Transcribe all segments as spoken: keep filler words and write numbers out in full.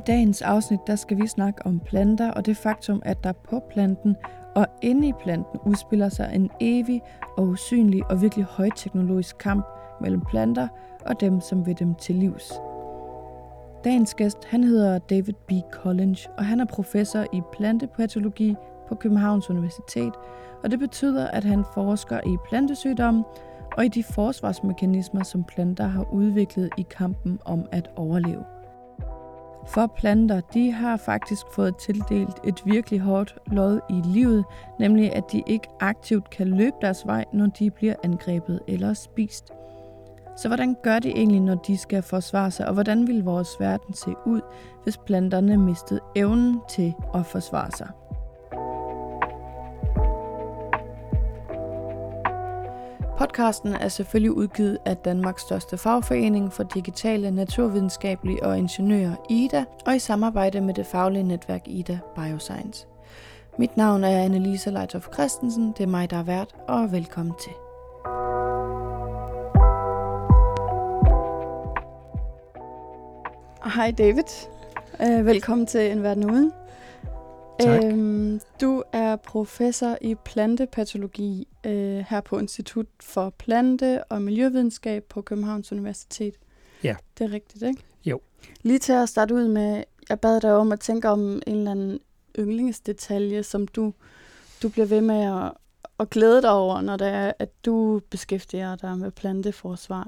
dagens afsnit, der skal vi snakke om planter og det faktum, at der på planten og inde i planten udspiller sig en evig og usynlig og virkelig højteknologisk kamp mellem planter og dem, som vil dem til livs. Dagens gæst, han hedder David B. Collinge, og han er professor i plantepatologi på Københavns Universitet, og det betyder, at han forsker i plantesygdomme og i de forsvarsmekanismer, som planter har udviklet i kampen om at overleve. For planter, de har faktisk fået tildelt et virkelig hårdt lod i livet, nemlig at de ikke aktivt kan løbe deres vej, når de bliver angrebet eller spist. Så hvordan gør de egentlig, når de skal forsvare sig, og hvordan vil vores verden se ud, hvis planterne mistede evnen til at forsvare sig? Podcasten er selvfølgelig udgivet af Danmarks største fagforening for digitale, naturvidenskabelige og ingeniører, I D A, og i samarbejde med det faglige netværk I D A Bioscience. Mit navn er Annelise Leithoff Christensen, det er mig, der er vært, og velkommen til. Hej David, uh, velkommen til En Verden Uden. Tak. Øhm, du er professor i plantepatologi øh, her på Institut for Plante- og Miljøvidenskab på Københavns Universitet. Ja. Det er rigtigt, ikke? Jo. Lige til at starte ud med, jeg bad dig om at tænke om en eller anden yndlingsdetalje, som du, du bliver ved med at, at glæde dig over, når det er, at du beskæftiger dig med planteforsvar.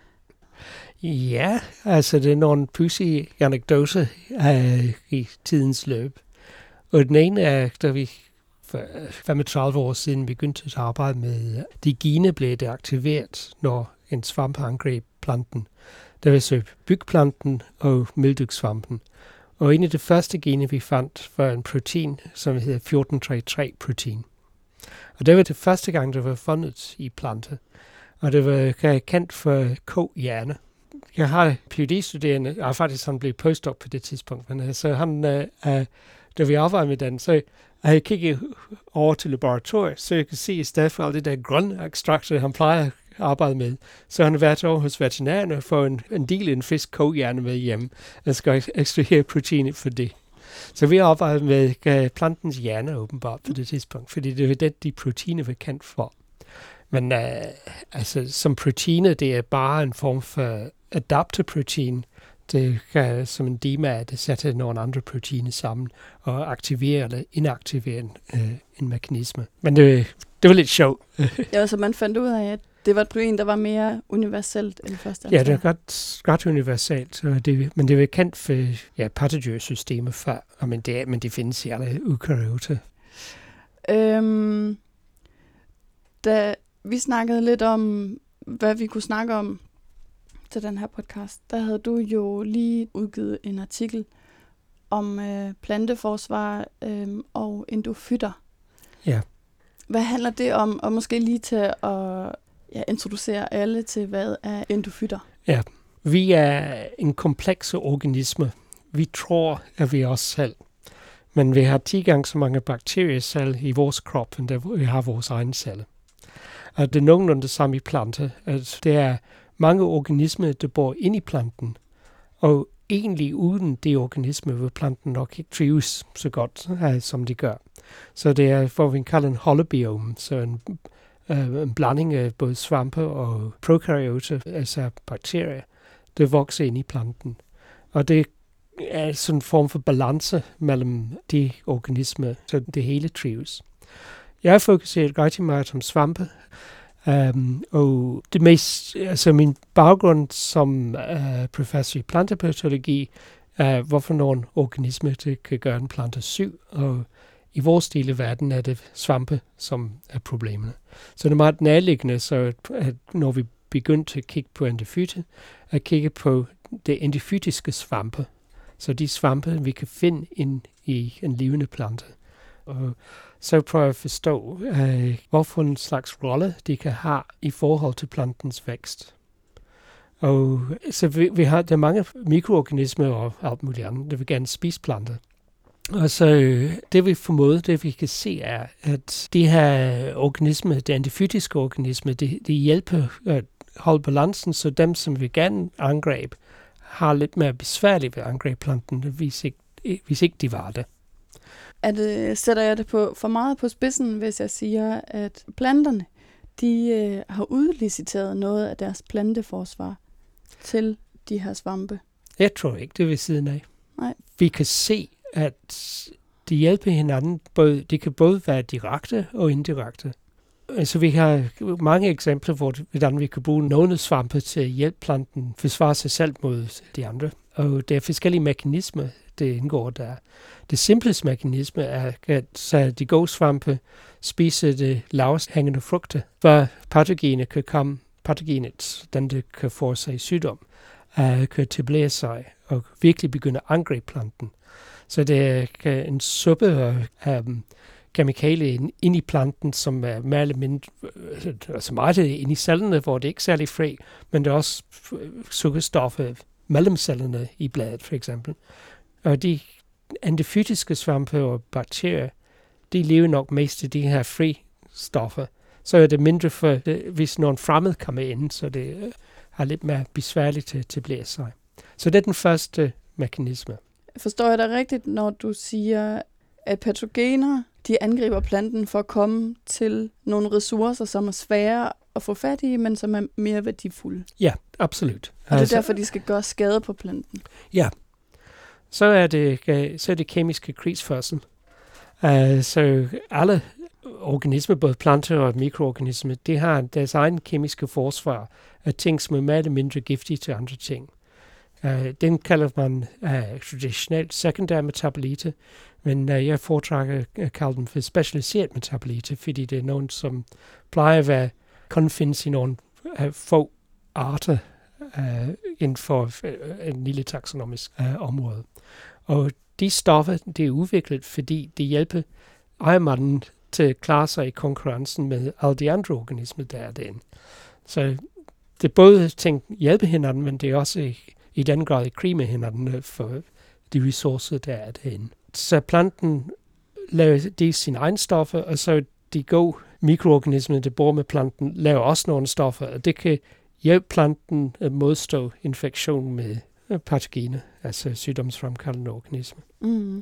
Ja, altså det er nogle pudsige anekdoter uh, i tidens løb. Og den ene er, da vi for femogtredive år siden begyndte at arbejde med, de gener blev deaktiveret, når en svamp angreb planten. Det vil sige bygplanten og mildyksvampen. Og en af de første gener, vi fandt, var en protein, som hedder fjorten tre tre protein. Og det var det første gang, det var fundet i planter. Og det var kendt for kohjerne. Jeg har Ph.D.-studerende, jeg har faktisk han blev postdoc på det tidspunkt, men så han... Uh, Da vi arbejder med den, så jeg kiggede over til laboratoriet, så jeg kan se i stedet for alle det der grønne ekstrakter, han plejer at arbejde med, så han har været over hos veterinæren og fået en, en del af en fisk kohjerne med hjem, og skal ekstrahere proteinet for det. Så vi arbejder med plantens hjerne åbenbart på det tidspunkt, fordi det var det, de proteiner var kendt for. Men uh, altså, som proteiner, det er bare en form for adapterprotein. Det kan som en dimer, det sætter nogle andre proteiner sammen og aktiverer eller inaktiverer en, øh, en mekanisme. Men det, det var lidt sjovt. Ja, så man fandt ud af, at det var et protein, der var mere universelt end første. Ja, det er godt, godt universelt, det, men det var kendt for ja, pathogensystemet før, men det, men det findes i alle eukaryoter. Øhm, da vi snakkede lidt om, hvad vi kunne snakke om til den her podcast, der havde du jo lige udgivet en artikel om øh, planteforsvar øh, og endofytter. Ja. Hvad handler det om? Og måske lige til at ja, introducere alle til, hvad er endofytter? Ja, vi er en komplekse organisme. Vi tror, at vi er os selv. Men vi har ti gange så mange bakterieceller i vores krop, end der vi har vores egne celler. Og det er nogenlunde det samme i planter. At det er mange organismer, der bor inde i planten, og egentlig uden de organismer vil planten nok ikke trives så godt, uh, som de gør. Så det er, hvad vi kalder en holobiome, så en, uh, en blanding af både svampe og prokaryoter, altså bakterier, der vokser inde i planten. Og det er sådan en form for balance mellem de organismer, så det hele trives. Jeg har fokuseret rigtig meget om svampe, Um, og det mest, altså min baggrund som uh, professor i plantepatologi er, uh, hvorfor nogle organismer det kan gøre en plante syg, og i vores del af verden er det svampe, som er problemerne. Så det er meget nærliggende, så at, at når vi begyndte at kigge på endofytter, at kigge på det endofytiske svampe, så de svampe, vi kan finde ind i en levende plante. Og så prøver jeg at forstå, øh, hvorfor en slags rolle de kan have i forhold til plantens vækst. Og så vi, vi har der er mange mikroorganismer og alt muligt andet, der vil gerne spise planter. Og så øh, det vi formoder, det vi kan se er, at de her organismer, de endofytiske organismer, de, de hjælper at holde balancen, så dem, som vi gerne angreb, har lidt mere besværligt ved at angribe planten, hvis ikke, hvis ikke de var det. Er det, sætter jeg det på for meget på spidsen, hvis jeg siger, at planterne, de øh, har udliciteret noget af deres planteforsvar til de her svampe? Jeg tror ikke, det er ved siden af. Nej. Vi kan se, at de hjælper hinanden. Både, det kan både være direkte og indirekte. Altså, vi har mange eksempler, hvor hvordan vi kan bruge nogle svampe til at hjælpe planten forsvare sig selv mod de andre. Og der er forskellige mekanismer, det indgår der. Det simpleste mekanisme er, at de gode svampe spiser det lavest hængende frugter, hvor patogener kan komme, patogenet, den der kan få sig sygdom, uh, kan etablere sig og virkelig begynde at angribe planten. Så det er en suppe af um, kemikalier ind i planten, som er mere eller mindre, altså meget ind i cellerne, hvor det ikke er særlig fri, men der er også sukkerstoffer mellem cellerne i bladet, for eksempel. Og de endofytiske svampe og bakterier, de lever nok mest af de her fri stoffer. Så er det mindre for, det, hvis nogen fremmed kommer ind, så det er lidt mere besværligt til at etablere sig. Så det er den første mekanisme. Forstår jeg dig rigtigt, når du siger, at patogener, de angriber planten for at komme til nogle ressourcer, som er svære at få fat i, men som er mere værdifulde? Ja, absolut. Og det er altså, derfor, de skal gøre skade på planten? Ja. Så er det, så er det kemiske krigsførsel. Uh, så alle organismer, både planter og mikroorganismer, de har deres egen kemiske forsvar af ting, som er mere eller mindre giftige til andre ting. Uh, den kalder man uh, traditionelt sekundære metaboliter, men uh, jeg foretrækker at kalde dem for specialiseret metaboliter, fordi det er nogen, som plejer at være, kun findes i nogle uh, få arter uh, inden for uh, en lille taksonomisk uh, område. Og de stoffer, det er udviklet, fordi det hjælper ejermanden til at klare sig i konkurrencen med alle de andre organismer, der er derinde. Så det er både ting hjælper hinanden, men det er også i, i den grad i krig med hinanden for de ressourcer, der er derinde. Så planten laver de sine egne stoffer, og så de gode mikroorganismer, der bor med planten, laver også nogle stoffer, og det kan hjælpe planten at modstå infektion med patogener, altså sygdomsfremkaldende organismer. Mm.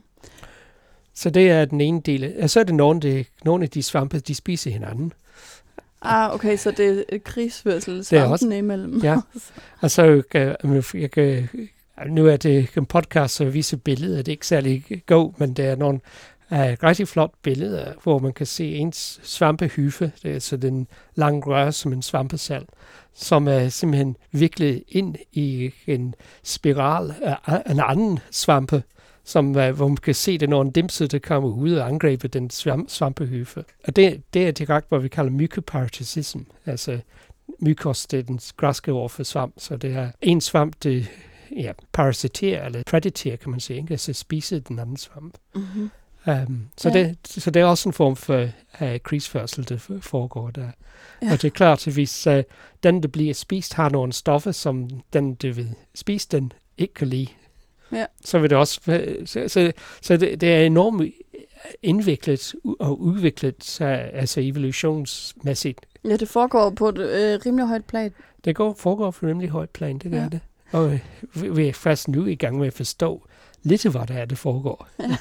Så det er den ene del. Og så er det nogle, de, nogle af de svampe, de spiser hinanden. Ah, okay, så det er krigsførsel svampene imellem. Ja, og så jeg kan, nu er det en podcast, så jeg viser billeder, det er ikke særlig god, men det er nogle uh, rigtig flot billeder, hvor man kan se ens svampehyfe, det er så den lange rør som en svampesal, som er simpelthen viklet ind i en spiral af en anden svampe, som, uh, hvor man kan se, det når en dimse, der kommer ud og angriber den svamp, svampehyfe. Og det, det er direkte, hvad vi kalder mykoparasitism. Altså mykos, det er den græske ord for svamp, så det er en svamp, det ja, parasiterer, eller prediterer, kan man sige, ikke? Altså spiser den anden svamp. Mm-hmm. Um, så, ja. det, så det er også en form for uh, krigsførsel, der foregår der. Ja. Og det er klart, at hvis uh, den, der bliver spist, har nogle stoffer, som den, der vil spise den, ikke kan lide, ja. så vil det også... Så, så, så det, det er enormt indviklet og udviklet, uh, altså evolutionsmæssigt. Ja, det foregår på et øh, rimelig højt plan. Det går, foregår på et rimelig højt plan, det gør ja. det. Og øh, vi er først nu i gang med at forstå lidt, hvad det er, det foregår. Ja.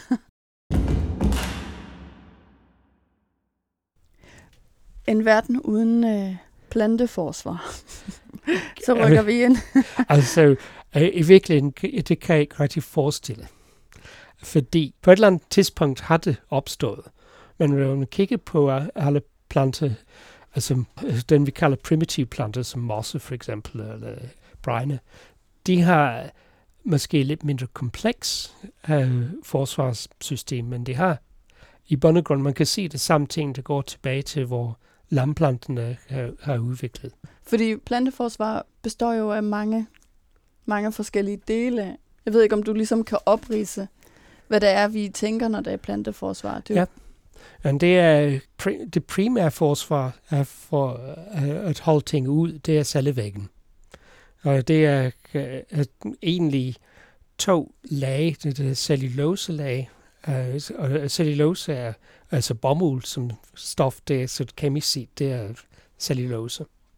En verden uden øh, planteforsvar. Så rykker vi ind. Altså, øh, i virkeligheden, det kan jeg ikke rigtig forestille. Fordi på et eller andet tidspunkt har det opstået. Men når man kigger på alle planter, altså den vi kalder primitive planter, som mosse for eksempel, eller bregne, de har måske lidt mindre kompleks øh, forsvarssystem, men de har i bund og grund, man kan se det samme ting, der går tilbage til, hvor landplanterne har, har udviklet. Fordi planteforsvar består jo af mange, mange forskellige dele. Jeg ved ikke, om du ligesom kan opridse, hvad det er, vi tænker, når det er planteforsvar. Det er ja, men det er det primære forsvar er for at holde ting ud, det er cellevæggen. Og det er uh, egentlig to lag, det er celluloselag. Uh, og cellulose er altså bomuld som stof, det er så kemisk set, det er cellulose.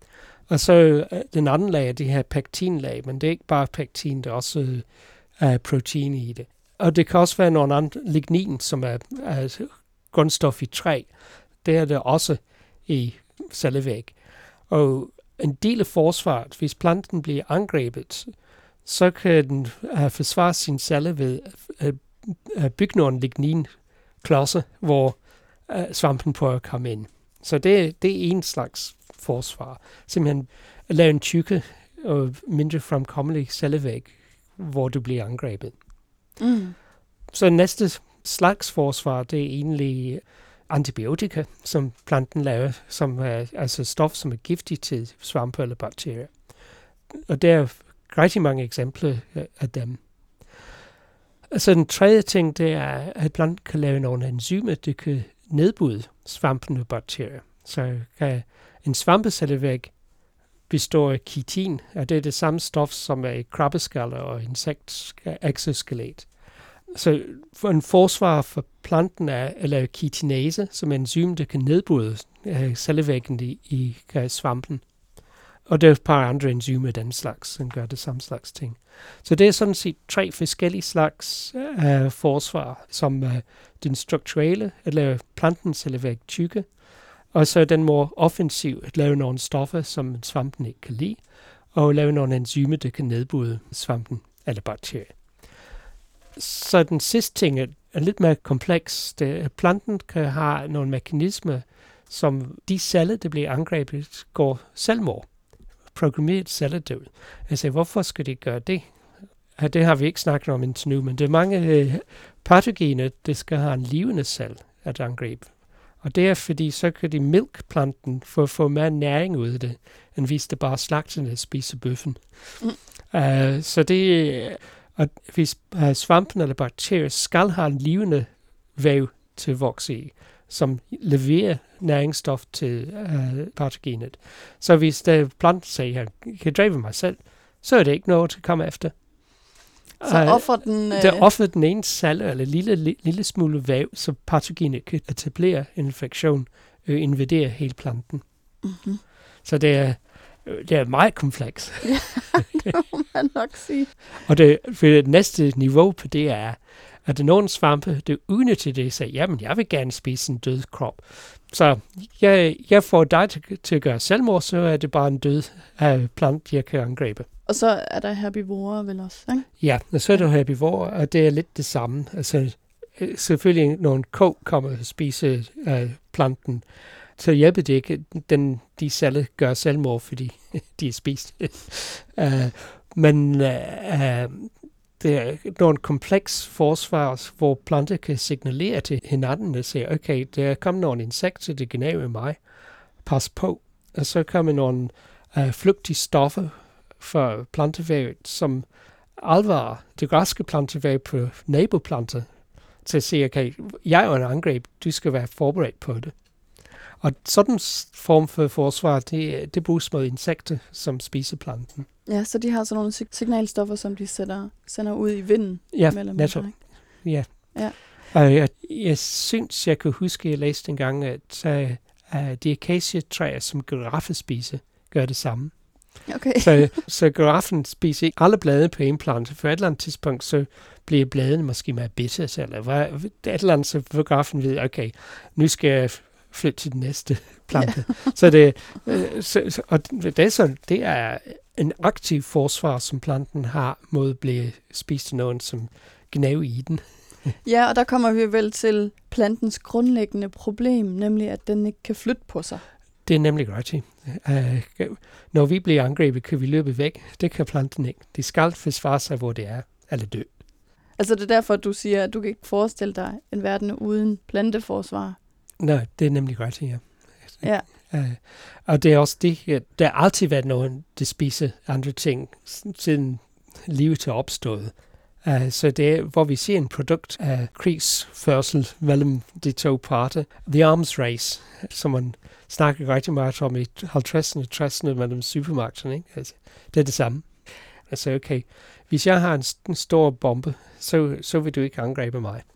Og så uh, den anden lag er det her pektinlag, men det er ikke bare pektin, det er også uh, protein i det. Og det kan også være nogle andre, lignin, som er, er grundstof i træ. Det er det også i cellevæg. Og en del af forsvaret, hvis planten bliver angrebet, så kan den uh, forsvare sin celle ved at uh, bygge nogle ligninklodser, hvor uh, svampen prøver at komme ind. Så det, det er en slags forsvar. Simpelthen at lave en tykke og mindre fremkommelig cellevæg, hvor du bliver angrebet. Mm. Så næste slags forsvar, det er egentlig antibiotika, som planten laver, som er altså stof, som er giftigt til svampe eller bakterier. Og der er rigtig mange eksempler af dem. Altså den tredje ting, det er, at planten kan lave nogle enzymer, der kan nedbryde svampen og bakterier. Så kan en svampecellevæg består af kitin, og det er det samme stof, som er i krabbeskaller og insektexoskelet. Så for en forsvar for planten er at lave kitinase, som er en enzym, der kan nedbryde uh, cellevæggen i, i uh, svampen. Og der er et par andre enzymer den slags, som gør det samme slags ting. Så det er sådan set tre forskellige slags uh, forsvar, som uh, den strukturelle, at lave plantens cellevæg tykke, og så den more offensiv, at lave nogle stoffer, som svampen ikke kan lide, og lave nogle enzymer, der kan nedbryde svampen eller bakterier. Så den sidste ting er, er lidt mere kompleks. Det, at planten kan have nogle mekanismer, som de celler, der bliver angrebet, går selvmord. Programmeret celledød. Jeg siger, hvorfor skal de gøre det? Ja, det har vi ikke snakket om indtil nu, men det er mange øh, patogener, der skal have en levende celle at angribe. Og det er fordi, så kan de milke planten for at få mere næring ud af det, end hvis det bare slagterne spiser bøffen. Mm. Uh, så det at hvis uh, svampen eller bakterier skal have en levende væv til at vokse i, som leverer næringsstof til uh, patogenet. Så hvis der planten siger, at jeg kan drive mig selv, så er det ikke noget at komme efter. Så offer den... Uh, der offer den ene celle eller lille, lille, lille smule væv, så patogenet kan etablere en infektion og invadere hele planten. Mm-hmm. Så det er, det er meget kompleks. Ja, det må man nok sige. Og det, for det næste niveau på det er, at der er nogle svampe, der udnytter det og siger, jamen jeg vil gerne spise en død krop. Så jeg, jeg får dig til, til at gøre selvmord, så er det bare en død uh, plant, jeg kan angribe. Og så er der herbivorer vel også, ikke? Ja, og så er der herbivorer, og det er lidt det samme. Altså, selvfølgelig, når en ko kommer og spiser uh, planten, så hjælper det ikke, den, de celler gør selvmord, fordi de er spist. uh, men uh, uh, det er nogle kompleks forsvar, hvor planter kan signalere til hinanden og sige, okay, der kommer nogle insekter, der gnaver mig. Pas på. Og så kommer nogle uh, flygtige stoffer for plantevævet, som advarer det græske plantevæv på naboplanter til at sige, okay, jeg er en angreb, du skal være forberedt på det. Og sådan form for forsvar, det, det bruges mod insekter, som spiser planten. Ja, så de har sådan nogle signalstoffer, som de sætter, sender ud i vinden. Ja, netop. Ja. Ja. Og jeg, jeg synes, jeg kan huske, at jeg læste en gang, at uh, de akacietræer, som giraffer spiser, gør det samme. Okay. så, så giraffen spiser ikke alle blade på en plante. For et eller andet tidspunkt, så bliver bladene måske mere bitter, eller hvad, et eller andet, så for giraffen ved, okay, nu skal jeg flytte til den næste plante. Ja. så, det, øh, så, så, og det, er sådan, det er en aktiv forsvar, som planten har mod at blive spist af nogen, som gnaver i den. Ja, og der kommer vi vel til plantens grundlæggende problem, nemlig at den ikke kan flytte på sig. Det er nemlig rigtigt. Uh, når vi bliver angrebet, kan vi løbe væk. Det kan planten ikke. De skal forsvare sig, hvor det er, eller dø. Altså det er derfor, du siger, at du kan ikke forestille dig en verden uden planteforsvar. Nej, det er nemlig rigtigt, ja. Ja. Uh, og det er også det, at der har altid været nogen, der spiser andre ting, siden livet er opstået. Uh, så det er, hvor vi ser en produkt af krigsførsel mellem de to parter. The Arms Race, som man snakker rigtig meget om i halvtredserne og tresserne mellem supermagterne. Ikke? Altså, det er det samme. Altså, okay, hvis jeg har en, en stor bombe, så, så vil du ikke angribe mig.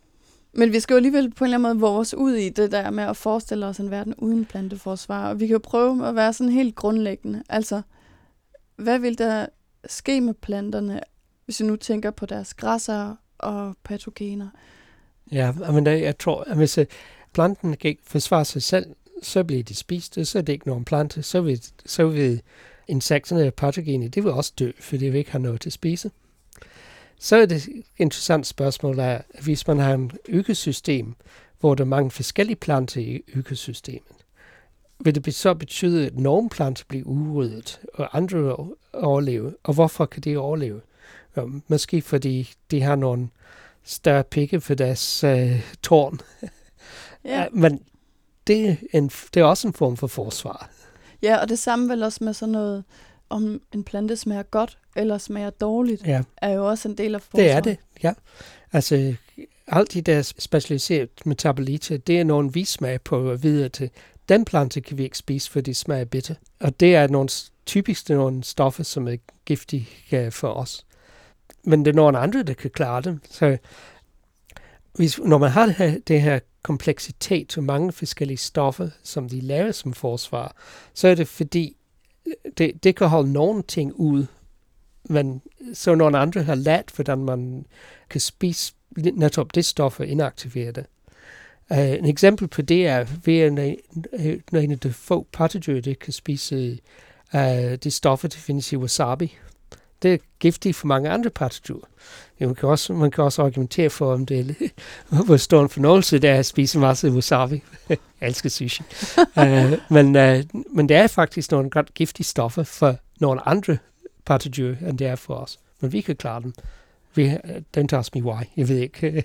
Men vi skal jo alligevel på en eller anden måde våge os ud i det der med at forestille os en verden uden planteforsvar. Og vi kan jo prøve at være sådan helt grundlæggende. Altså, hvad vil der ske med planterne, hvis vi nu tænker på deres græsser og patogener? Ja, men der, jeg tror, at hvis planten kan ikke forsvare sig selv, så bliver de spist, og så er det ikke nogen plante. Så vil, så vil insekterne og patogener, det vil også dø, fordi vi ikke har noget til at spise. Så er det et interessant spørgsmål, at hvis man har et økosystem, hvor der er mange forskellige planter i økosystemet, vil det så betyde, at nogle planter bliver udryddet, og andre overlever? Og hvorfor kan de overleve? Jo, måske fordi de har nogle større pikke for deres øh, tårn. Ja. Men det er, en, det er også en form for forsvar. Ja, og det samme vel også med sådan noget, om en plante smager godt eller smager dårligt, ja. Er jo også en del af forsvaret. Det er det, ja. Altså, alt de der specialiserede metaboliter, det er nogle vi smager på at vide til. Den plante kan vi ikke spise, for de smager bitter. Og det er nogle typisk nogle stoffer, som er giftige for os. Men det er nogle andre, der kan klare dem. Så hvis, når man har det her, det her kompleksitet og mange forskellige stoffer, som de laver som forsvar, så er det fordi, det, det kan holde nogle ting ud, men så nogle andre har lært, hvordan man kan spise netop det stof og inaktivere det. Uh, en eksempel på det er, ved en, en af de få pattedyr, der kan spise uh, de stoffer, der findes i wasabi. Det er giftigt for mange andre pattedyr. Man kan også, man kan også argumentere for, om det er hvor stor en fornøjelse det er at spise en masse wasabi. Jeg elsker sushi. uh, men, uh, men det er faktisk nogle ret giftige stoffer for nogle andre pattedyr, end det er for os. Men vi kan klare dem. Vi, don't ask me why. Jeg ved ikke.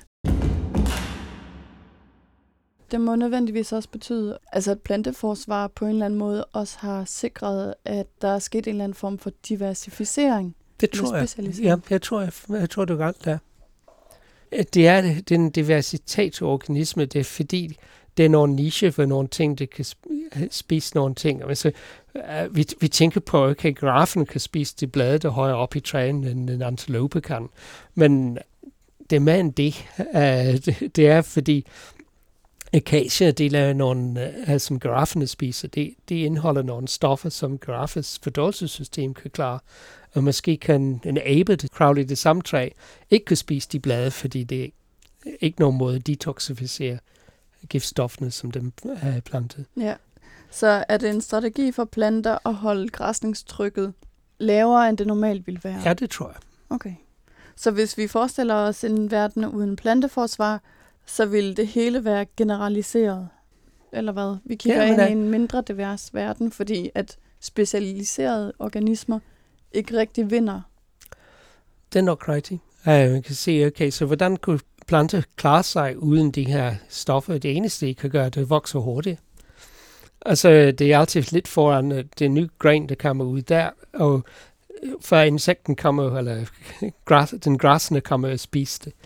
Det må nødvendigvis også betyde, altså at planteforsvar på en eller anden måde også har sikret, at der er sket en eller anden form for diversificering. Det tror jeg. Ja, jeg tror, jeg, jeg tror, det er ret der. Det er det, det er en diversitetsorganisme, det er fordi, det er nogle niche for nogle ting, der kan spise nogle ting. Altså, uh, vi, vi tænker på, at okay, giraffen kan spise de blade, der højere op i træen, end en antilope kan. Men det er mere end det. Uh, det, det er fordi, akacia, de laver nogle, uh, som girafferne spiser, de, de indeholder nogle stoffer, som giraffes fordøjelsessystem kan klare. Og måske kan en abe, der kravler i det samme træ, ikke kan spise de blade, fordi det er ikke nogen måde at detoxificere giftstoffene, som dem er plantet. Ja, så er det en strategi for planter at holde græsningstrykket lavere, end det normalt ville være? Ja, det tror jeg. Okay. Så hvis vi forestiller os en verden uden planteforsvar, så vil det hele være generaliseret? Eller hvad? Vi kigger ja, ind i en mindre divers verden, fordi at specialiserede organismer ikke rigtig vinder. Det er nok rigtigt. Uh, man kan se, okay, så hvordan kunne planter klare sig uden de her stoffer? Det eneste, de kan gøre, det vokser hurtigt. Altså, det er altid lidt foran det nye gren, der kommer ud der, og for insekten kommer, eller græs, den græsne kommer og spise det.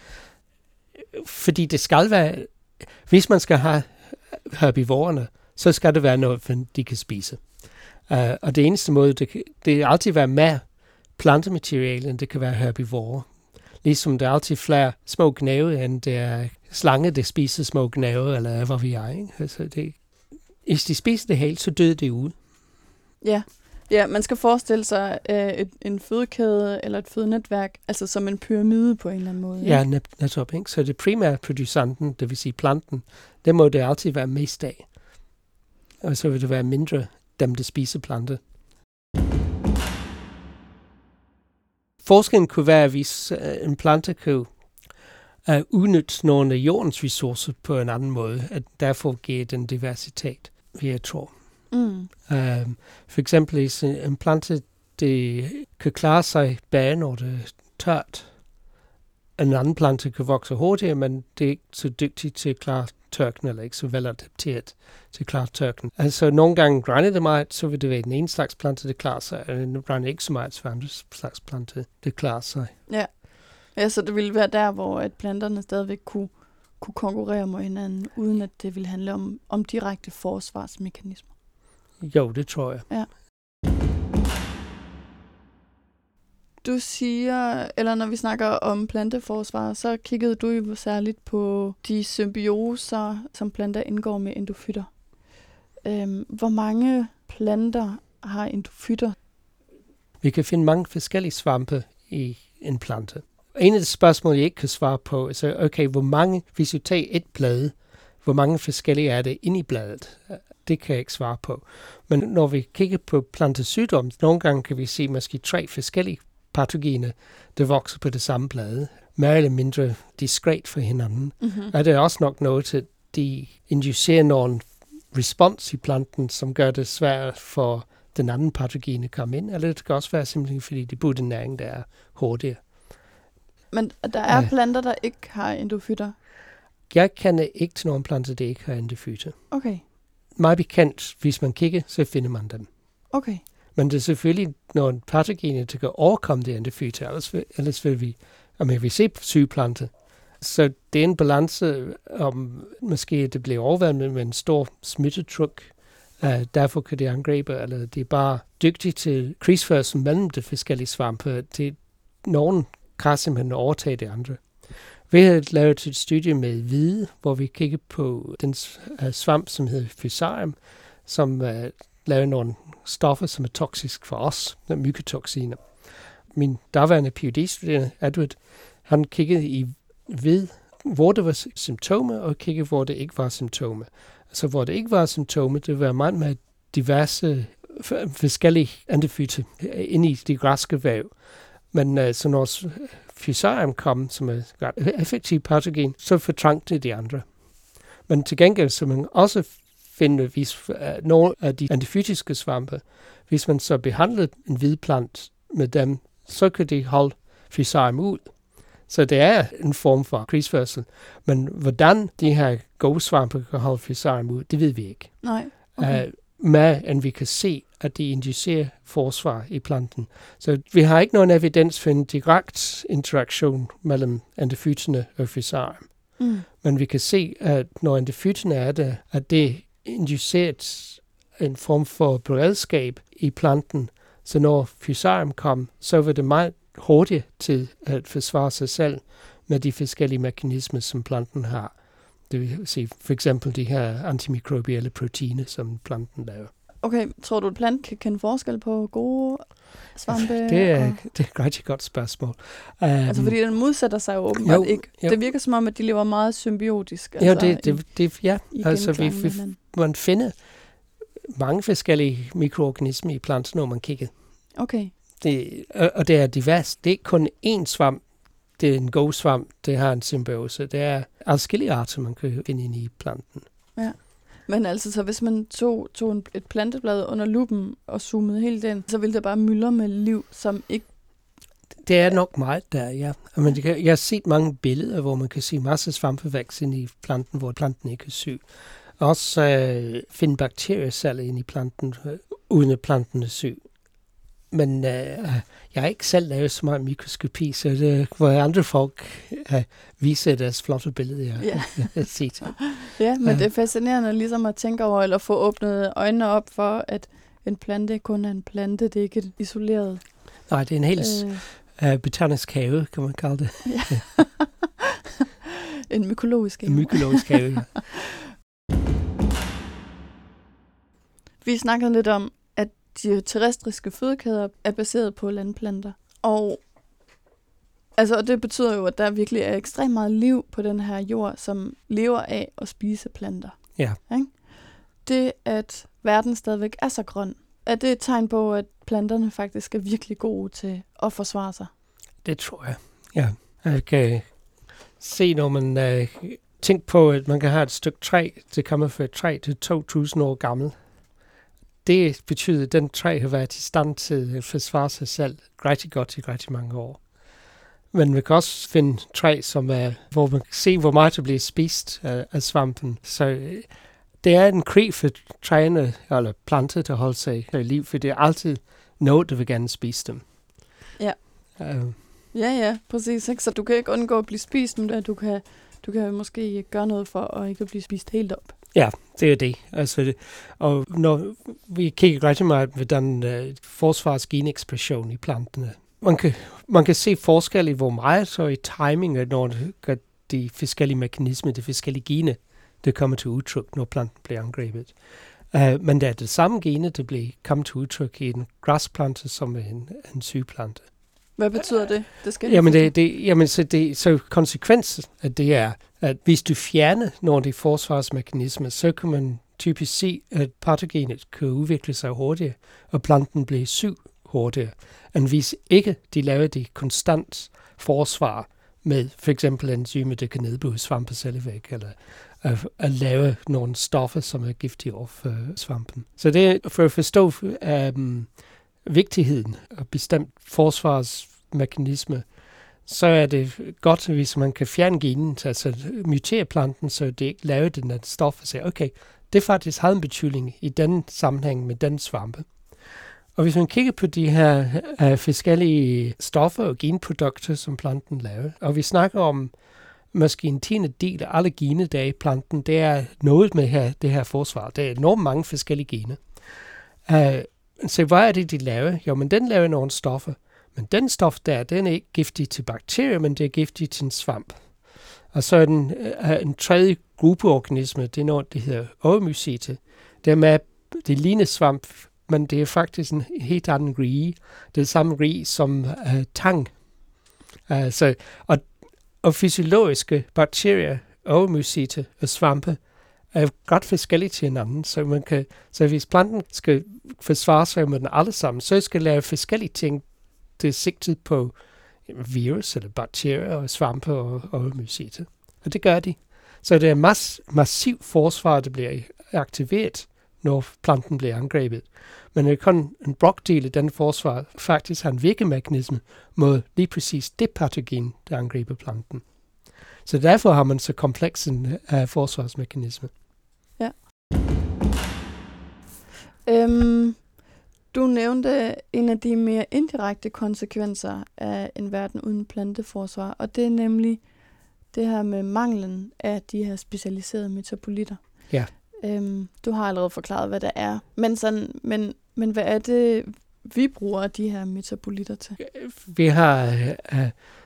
Fordi det skal være, hvis man skal have herbivorerne, så skal det være noget, de kan spise. Uh, og det eneste måde, det, kan, det er altid være med plantemateriale, end det kan være herbivorer. Ligesom der er altid flere små gnave, end det er slange, der spiser små gnave, eller hvad vi er. Ikke? Altså det, hvis de spiser det helt, så døde det ud. Ja. Ja, man skal forestille sig uh, et, en fødekæde eller et fødenetværk, altså som en pyramide på en eller anden måde. Ja, net, netop. Ikke? Så det primære producenten, det vil sige planten, det må det altid være mest af. Og så vil det være mindre dem, der spiser planter. Forskellen kunne være, hvis uh, en plante kunne uh, udnytte nogle af jordens ressourcer på en anden måde, at derfor giver den diversitet, vil jeg tro. Mm. Um, for eksempel, hvis en plante det kan klare sig bag, når det er tørt. En anden plante kan vokse hurtigere, men det er ikke så dygtigt til at klare tørken, eller ikke så vel adapteret til at klare tørken. Altså, nogle gange regner det meget, så vil det være den ene slags plante, der klarer sig, og den regner ikke så meget, så andre slags plante, der klarer sig. Ja. Ja, så det ville være der, hvor at planterne stadigvæk kunne, kunne konkurrere med hinanden, uden at det ville handle om, om direkte forsvarsmekanismer. Jo, det tror jeg. Ja. du siger, eller når vi snakker om planteforsvar, så kiggede du jo særligt på de symbioser, som planter indgår med endofytter. Øhm, hvor mange planter har endofytter? Vi kan finde mange forskellige svampe i en plante. En af de spørgsmål, jeg ikke kan svare på, er så, okay, hvor mange, hvis du tager et blad, hvor mange forskellige er det inde i bladet? Det kan jeg ikke svare på. Men når vi kigger på plantesygdom, nogle gange kan vi se måske tre forskellige patogener, der vokser på det samme blad, mere eller mindre diskret for hinanden. Mm-hmm. Og det er også nok noget til, at de inducerer nogen respons i planten, som gør det svært for den anden patogen at komme ind, eller det kan også være simpelthen, fordi de bruger den næring, der er hurtigere. Men der er planter, der ikke har endofytter? Jeg kender ikke til nogen planter, der ikke har endofytter. Okay. Meget bekendt, hvis man kigger, så finder man dem. Okay. Men det er selvfølgelig nogle patogener, der kan overkomme det endofytter, ellers, ellers vil vi, om jeg vil se syge planter. Så det er en balance, om måske det bliver overvældet med en stor smittetryk. Uh, derfor kan de angribe, eller de er bare dygtige til krigsførsel mellem de forskellige svampe. Det, nogen kan simpelthen overtage de andre. Vi har lavet et studie med hvide, hvor vi kigger på den uh, svamp, som hedder Fusarium, som uh, laver nogle stoffer, som er toksiske for os, mykotoxiner. Min daværende PhD-studerende, Edward, han kiggede i hvid, hvor der var symptomer, og kiggede, hvor det ikke var symptomer. Så hvor det ikke var symptomer, det var meget med diverse forskellige endofytter inde i de græske væv. Men uh, så når Fusarium kom, som er et effektivt patogen, så fortrængte de andre. Men til gengæld, så man også finder, hvis uh, nogle af de endofytiske svampe, hvis man så behandlede en hvid plant med dem, så kan de holde Fusarium ud. Så det er en form for krigsførsel. Men hvordan de her gode svampe kan holde Fusarium ud, det ved vi ikke. Nej. Okay. Uh, med end vi kan se, at de inducerer forsvar i planten. Så vi har ikke nogen evidens for en direkte interaktion mellem endofytterne og Fusarium. Mm. Men vi kan se, at når endofytterne er der, at det inducerer en form for beredskab i planten. Så når Fusarium kom, så var det meget hurtigt til at forsvare sig selv med de forskellige mekanismer, som planten har. Det vil sige for eksempel de her antimikrobielle proteiner, som planten laver. Okay, tror du, at planten kan kende forskel på gode svampe? Det er, og... det er et rigtig godt spørgsmål. Um, altså fordi den modsætter sig jo åbenbart jo, ikke. Jo. Det virker som om, at de lever meget symbiotisk. Altså, jo, det, det, det, ja. Altså vi, vi, man finder mange forskellige mikroorganismer i planten, når man kigger. Okay. Det, og det er divers. Det er ikke kun én svamp, det er en god svamp, det har en symbiose. Det er adskillige arter, man kan finde inde i planten. Ja, men altså, så hvis man tog, tog en, et planteblad under lupen og zoomede hele den, så ville det bare myldre med liv, som ikke... Det er nok meget der, ja. Men jeg har set mange billeder, hvor man kan se masser af svampevækst inde i planten, hvor planten ikke er syg. Også øh, finde bakterieceller inde i planten, øh, uden at planten er syg. Men øh, jeg har ikke selv lavet så meget mikroskopi, så det hvor andre folk øh, viser deres flotte billeder, jeg ja. har set. Ja, men det er fascinerende ligesom at tænke over, eller få åbnet øjnene op for, at en plante kun er en plante, det er ikke et isoleret... Nej, det er en helt øh, botanisk have, kan man kalde det. Ja. En mykologisk have. En mykologisk have, ja. Vi snakkede lidt om, de terrestriske fødekæder er baseret på landplanter. Og, altså, og det betyder jo, at der virkelig er ekstremt meget liv på den her jord, som lever af at spise planter. Ja. Okay? Det, at verden stadigvæk er så grøn, er det et tegn på, at planterne faktisk er virkelig gode til at forsvare sig? Det tror jeg. Ja. Jeg kan se, når man uh, tænker på, at man kan have et stykke træ, det kommer fra et træ til to tusind år gammel. Det betyder, at den træ har været i stand til at forsvare sig selv rigtig godt i rigtig mange år. Men man kan også finde træ, som er, hvor man kan se, hvor meget der bliver spist af, af svampen. Så det er en krig for træerne, eller planter, der holder sig i liv, for det er altid noget, der vil gerne spise dem. Ja. Uh, ja, ja, præcis. Ikke? Så du kan ikke undgå at blive spist, men du kan, du kan måske gøre noget for at ikke blive spist helt op. Ja, det er det. Altså det. Og når vi kigger rigtig meget på den uh, forsvarsgenekspression i planterne, man kan, man kan se forskel i, hvor meget så i timing, når det gør de forskellige mekanismer, de forskellige gener, der kommer til udtryk, når planten bliver angrebet. Uh, men det er det samme gene, der bliver kommet til udtryk i en græsplante som en, en sygplante. Hvad betyder det? Det skal jamen, det, det, jamen så, det, så konsekvensen af det er, at hvis du fjerner nogle af de forsvarsmekanismer, så kan man typisk se, at patogenet kan udvikle sig hurtigere, og planten bliver syg hurtigere, end hvis ikke de laver de konstant forsvar med for eksempel enzymer, der kan nedbryde svampeceller væk, eller at, at lave nogle stoffer, som er giftige over for svampen. Så det er for at forstå um, vigtigheden af bestemt forsvarsmekanisme, så er det godt, hvis man kan fjerne genen, altså mutere planten, så det ikke laver den af stof, og sige, okay, det faktisk har en betydning i den sammenhæng med den svampe. Og hvis man kigger på de her uh, forskellige stoffer og genprodukter, som planten laver, og vi snakker om måske en tiende del af alle gener, der er i planten, det er noget med her, det her forsvar. Der er enormt mange forskellige gener. Uh, så hvad er det, de laver? Jo, men den laver nogle stoffer. Men den stof der, den er ikke giftig til bakterier, men det er giftig til en svamp. Og så er den uh, en tredje gruppeorganisme, det er noget, det hedder Oomycete. Det er med, det ligner svamp, men det er faktisk en helt anden rige. Det er samme rige som uh, tang. Uh, så, og, og fysiologiske bakterier, Oomycete og svampe, er godt forskellige til hinanden. Så, man kan, så hvis planten skal forsvare sig med den alle sammen, så skal lave forskellige ting, det er sigtet på virus eller bakterier og svampe og Oomycete. Og det gør de. Så det er mass, massiv forsvar, der bliver aktiveret, når planten bliver angrebet. Men det er kun en brokdel af den forsvar faktisk har en virkemekanisme mod lige præcis det patogen, der angriber planten. Så derfor har man så kompleks en uh, forsvarsmekanisme. Ja. Øhm, du nævnte en af de mere indirekte konsekvenser af en verden uden planteforsvar, og det er nemlig det her med manglen af de her specialiserede metabolitter. Ja. Øhm, du har allerede forklaret, hvad det er, men, sådan, men, men hvad er det, vi bruger de her metabolitter til? Vi har, uh,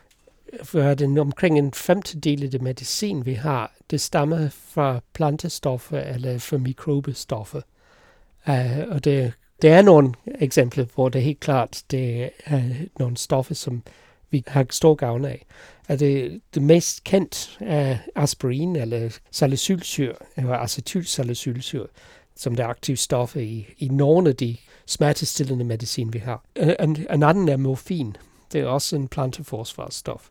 vi har den omkring en femtedel af det medicin, vi har, det stammer fra plantestoffer eller fra mikrobestoffer. Uh, og det, det er nogle eksempler, hvor det er helt klart, det er nogle stoffer, som vi har stor gavn af. Er det, det mest kendt er aspirin eller salicylsyre, eller acetylsalicylsyre, som der er aktive stoffer i, i nogle af de smertestillende medicin, vi har. En, en anden er morfin. Det er også en planteforsvarsstof.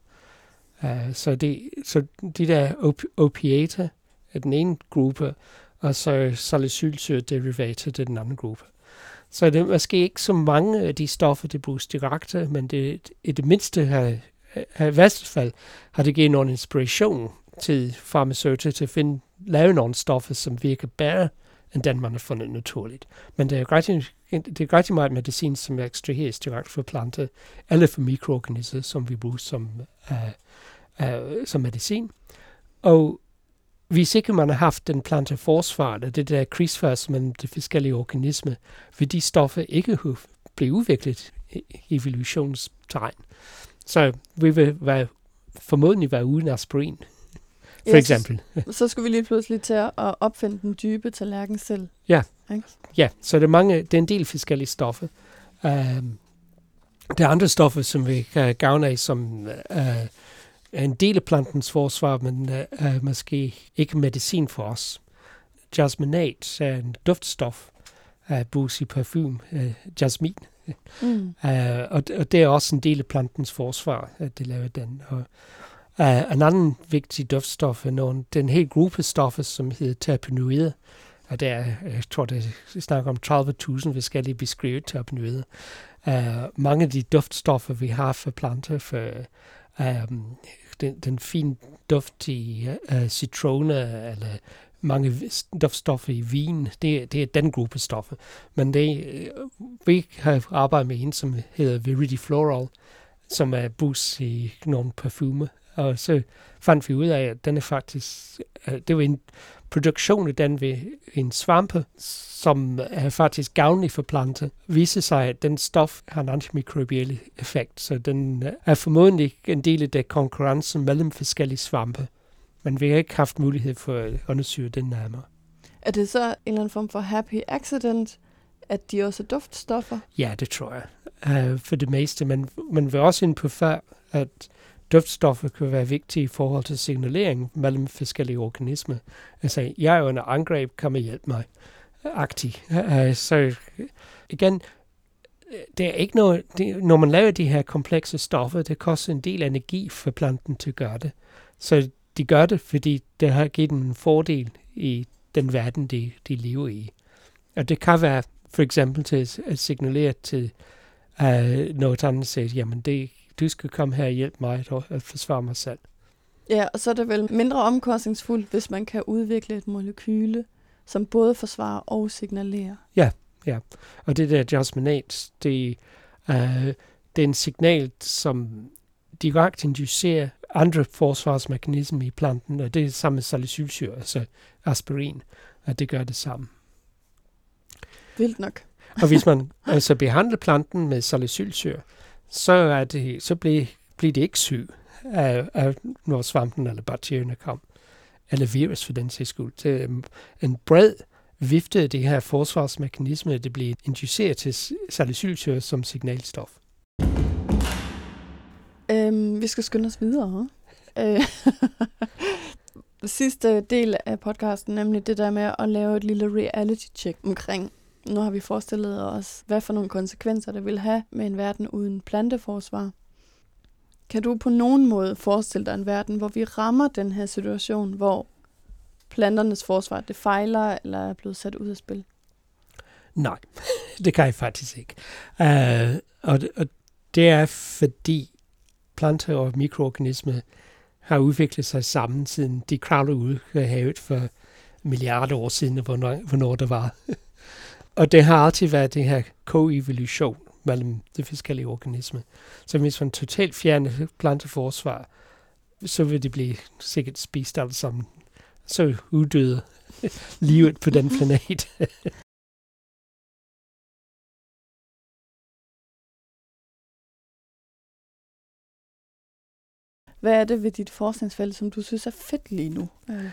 Uh, så, de, så de der op- opiater er den ene gruppe, og så salicylsyre-derivater det er den anden gruppe. Så det er måske ikke så mange af de stoffer, der bruges direkte, men det, i det mindste har, i værste fald har det givet nogle inspiration til farmaceuter til at finde, lave nogle stoffer, som virker bedre end den, man har fundet naturligt. Men det er rigtig, det er rigtig meget medicin, som er ekstraheres direkte fra planter, eller fra mikroorganismer, som vi bruger som, uh, uh, som medicin. Og hvis ikke man har haft den planteforsvar, eller det der krigsførsel mellem de forskellige organismer, vil de stoffer ikke blive udviklet i evolutionstegn. Så vi vil være, formodentlig være uden aspirin, for yes. eksempel. Så skulle vi lige pludselig til at opfinde den dybe tallerken selv. Ja, ikke? Ja, så det er, mange, det er en del forskellige stoffer. Um, der er andre stoffer, som vi kan gavne af, som uh, en del af plantens forsvar, men uh, uh, måske ikke medicin for os. Jasminat er en duftstof, uh, bruges i parfume, uh, jasmin. Mm. Uh, og, og det er også en del af plantens forsvar, at det laver den. Og, uh, en anden vigtig duftstof er nogle, den hele gruppe stoffer, som hedder terpenoider. Og der er, jeg tror, det snakker om tredive tusind forskellige beskrevet terpenoider. Uh, mange af de duftstoffer, vi har for planter, for um, den, den fine duft i uh, citroner, eller mange duftstoffer i vin, det, det er den gruppe stoffer. Men det, vi har arbejdet med en, som hedder viridifloral, som er brugt i nogle parfume, Og så fandt vi ud af, at den er faktisk, det var en produktion af den ved en svampe, som er faktisk gavnlig for planter. Viser sig, at den stof har en antimikrobiel effekt, så den er formodentlig en del af det konkurrence mellem forskellige svampe. Men vi har ikke haft mulighed for at undersøge den nærmere. Er det så en eller anden form for happy accident, at de også er duftstoffer? Ja, det tror jeg. Uh, for det meste. Men man vil også ind på før, at duftstoffer kan være vigtige i forhold til signalering mellem forskellige organismer. Altså, jeg er jo under angreb, kan man hjælpe mig? Agtig. Uh, så igen, det er ikke noget, det, når man laver de her komplekse stoffer, det koster en del energi for planten til at gøre det. Så de gør det, fordi det har givet en fordel i den verden, de, de lever i. Og det kan være for eksempel til at signalere til uh, noget andet, siger, jamen det, du skal komme her og hjælpe mig at forsvare mig selv. Ja, og så er det vel mindre omkostningsfuldt, hvis man kan udvikle et molekyle, som både forsvarer og signalerer. Ja, ja. Og det der jasmonat, det, uh, det er en signal, som direkte inducerer andre forsvarsmekanismer i planten, og det er samme med salicylsyre, altså aspirin, at det gør det samme. Vildt nok. Og hvis man altså behandler planten med salicylsyre, så, er det, så bliver, bliver det ikke syg, af, af, når svampen eller bakterierne kom. Eller virus for den sags skyld. Det er en bred vifte af de her forsvarsmekanismer, det bliver induceret til salicylsyre som signalstof. Øhm, vi skal skynde os videre. Sidste del af podcasten, nemlig det der med at lave et lille reality check omkring. Nu har vi forestillet os, hvad for nogle konsekvenser det vil have med en verden uden planteforsvar. Kan du på nogen måde forestille dig en verden, hvor vi rammer den her situation, hvor planternes forsvar det fejler eller er blevet sat ud af spil? Nej, det kan jeg faktisk ikke. Uh, og, og det er fordi planter og mikroorganismer har udviklet sig sammen, siden de kravlede ud af havet for milliarder år siden, hvornår, hvornår det var. Og det har altid været det her koevolution mellem de forskellige organismer. Så hvis man totalt fjerner planteforsvar, så vil det blive sikkert spist alle sammen. Så uddøde livet på den planet. Hvad er det ved dit forskningsfelt, som du synes er fedt lige nu?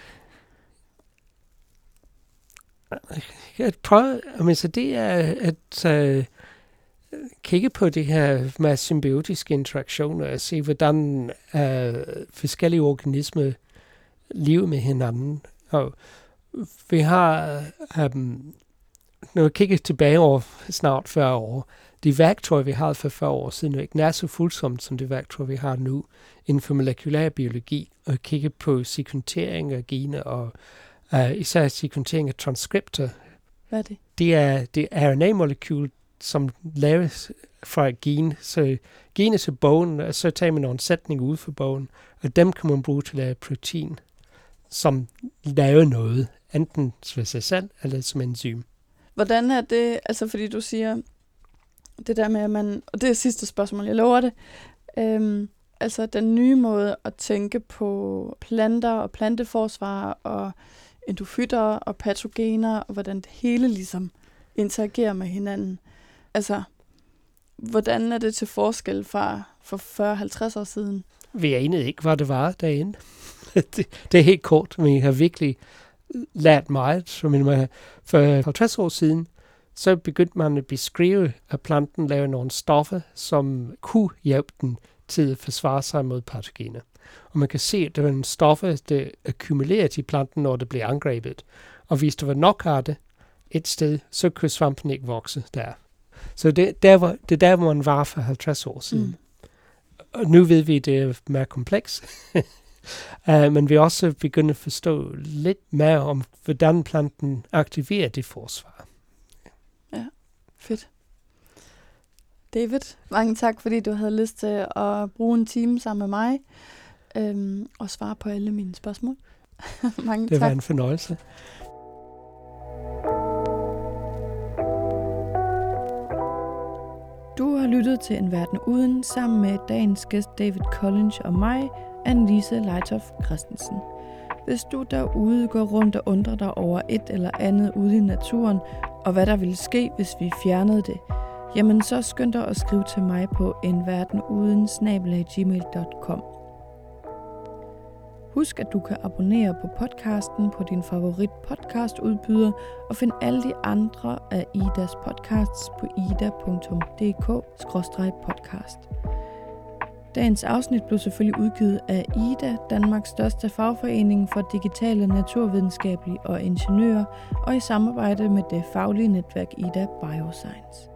Jeg prøver, altså det er at uh, kigge på det her med symbiotiske interaktioner og se, hvordan uh, forskellige organismer lever med hinanden. Og vi har, um, når vi kigger tilbage over snart fyrre år, de værktøjer, vi havde for fyrre år siden, er ikke nær så fuldsomt som de værktøjer, vi har nu inden for molekylær biologi, og kigge på sekventering af gener og uh, især sekventering af transkripter. Hvad er det? Det er det R N A-molekyl, som laves fra et gen. Så genet til bogen, og så tager man nogle sætninger ud for bogen, og dem kan man bruge til at lave protein, som laver noget, enten for sig selv eller som enzym. Hvordan er det, altså fordi du siger, det der med, at man, og det er sidste spørgsmål, jeg lover det, øhm, altså den nye måde at tænke på planter og planteforsvar og endofytter og patogener, og hvordan det hele ligesom interagerer med hinanden. Altså, hvordan er det til forskel fra for fyrre til halvtreds år siden? Vi anede ikke, hvad det var derinde. det, det er helt kort, men jeg har virkelig lært meget. Så for halvtreds år siden, så begyndte man at beskrive, at planten lavede nogle stoffer, som kunne hjælpe den til at forsvare sig mod patogener. Og man kan se, at der var en stoffer, der akkumulerede i planten, når det blev angrebet. Og hvis der var nok af det et sted, så kunne svampen ikke vokse der. Så det, der var, det der, hvor man var for halvtreds år siden. Mm. Og nu ved vi, at det er mere kompleks. uh, men vi også begynder at forstå lidt mere om, hvordan planten aktiverer det forsvar. Ja, fedt. David, mange tak, fordi du havde lyst til at bruge en time sammen med mig øhm, og svare på alle mine spørgsmål. Mange det tak. var en fornøjelse. Du har lyttet til En Verden Uden sammen med dagens gæst David Kolinsch og mig, Annelise Leitoft Christensen. Hvis du derude går rundt og undrer dig over et eller andet ude i naturen, og hvad der ville ske, hvis vi fjernede det, jamen så skynd dig at skrive til mig på enverdenuden snabel-a gmail punktum com. Husk, at du kan abonnere på podcasten på din favorit podcastudbyder og finde alle de andre af Idas podcasts på ida punktum d k skråstreg podcast. Dagens afsnit blev selvfølgelig udgivet af Ida, Danmarks største fagforening for digitale, naturvidenskabelige og ingeniører, og i samarbejde med det faglige netværk Ida Bioscience.